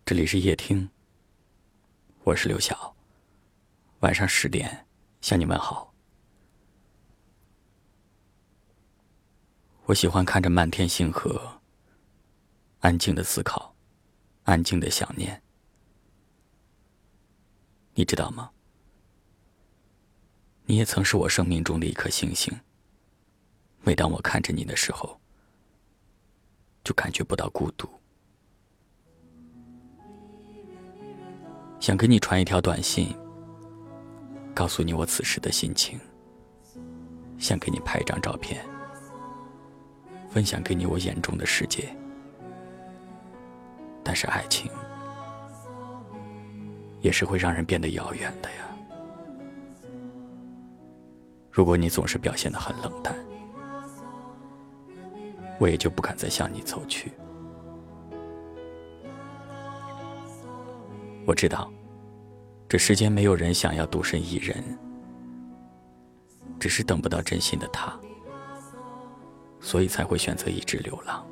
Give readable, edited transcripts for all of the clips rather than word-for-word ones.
这里是夜听，我是刘晓，晚上10点向你问好。我喜欢看着漫天星河，安静的思考，安静的想念。你知道吗？你也曾是我生命中的一颗星星。每当我看着你的时候，就感觉不到孤独。想给你传一条短信，告诉你我此时的心情，想给你拍一张照片，分享给你我眼中的世界。但是爱情也是会让人变得遥远的呀。如果你总是表现得很冷淡，我也就不敢再向你走去。我知道这世间没有人想要独身一人，只是等不到真心的他，所以才会选择一直流浪。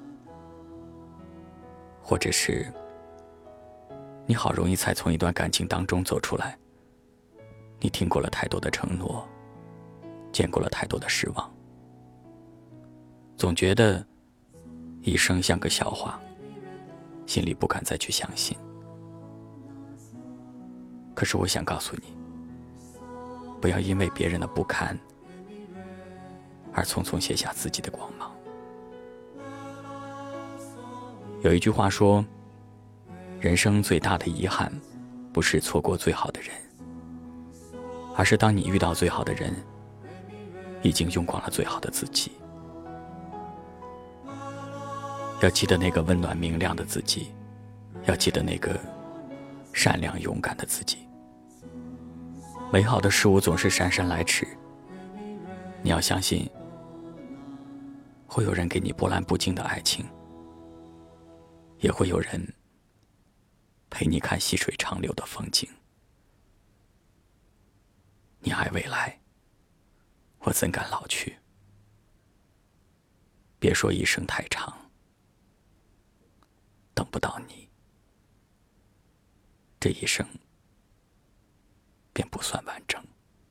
或者是你好容易才从一段感情当中走出来，你听过了太多的承诺，见过了太多的失望，总觉得一生像个笑话，心里不敢再去相信。可是我想告诉你，不要因为别人的不堪而匆匆卸下自己的光芒。有一句话说，人生最大的遗憾不是错过最好的人，而是当你遇到最好的人，已经用光了最好的自己。要记得那个温暖明亮的自己，要记得那个善良勇敢的自己。美好的事物总是姗姗来迟，你要相信会有人给你波澜不惊的爱情，也会有人陪你看细水长流的风景。你爱未来，我怎敢老去？别说一生太长，等不到你，这一生便不算完整。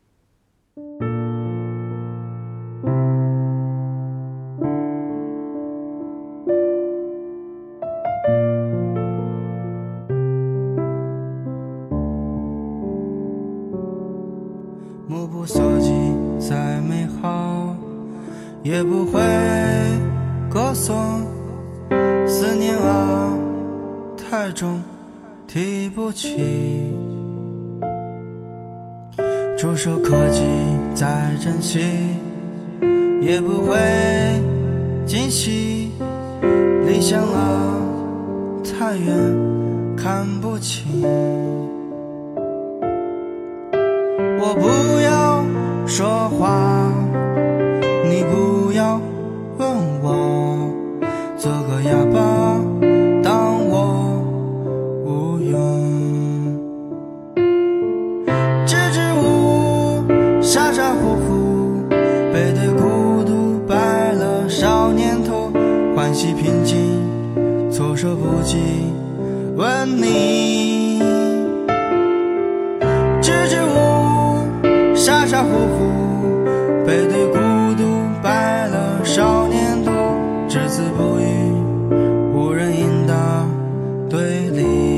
目不所及再美好，也不会歌颂。思念啊，太重，提不起。触手可及再珍惜，也不会惊喜。理想啊，太远，看不清。我不要说话，你不要问我，做个哑巴，当我无用。支支吾吾，傻傻乎乎，背对孤独白了少年头，欢喜平静，措手不及，问你。支支吾吾，傻傻乎乎，背对孤独白了少年头，只字不语，无人应答对立。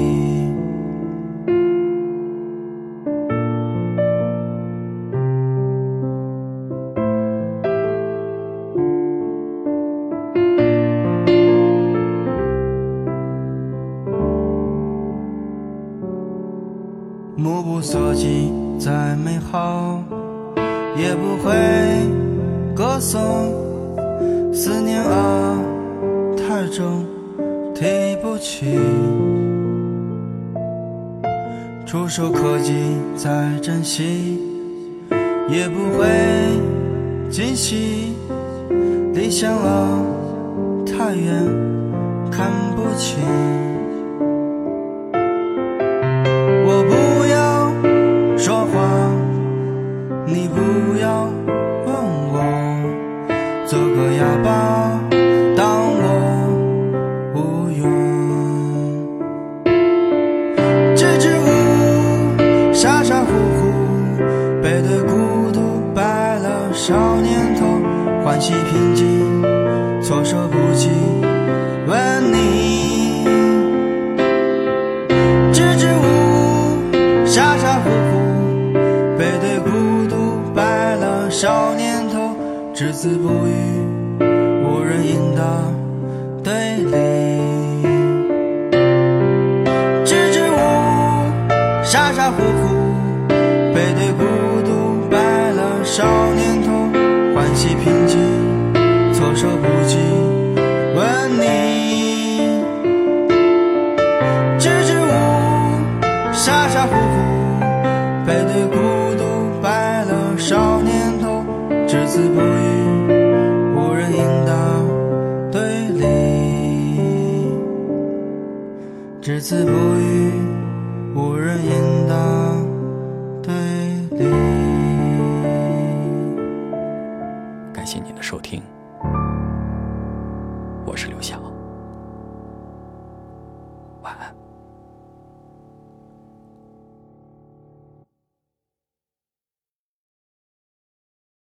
目不所及再美好，也不会歌颂。思念啊，太重，提不起。触手可及再珍惜，也不会惊喜。理想啊，太远，看不清。我不要说话，你不要问我，做个哑巴，当我无用。 支支吾吾，傻傻乎乎，背对孤独，白了少年头，欢喜平静，措手不及，问你。支支吾吾，傻傻乎乎，背对孤独，白了少年头，只字不语，无人应答对立。支支吾吾，傻傻乎乎，背对孤独，白了少年头，欢喜平静，措手不及，问你。支支吾吾，傻傻乎乎，背对孤独，白了少年头，只字不语，无人应答对立。只字不语，无人应答对立。 感谢您的收听，我是刘翔。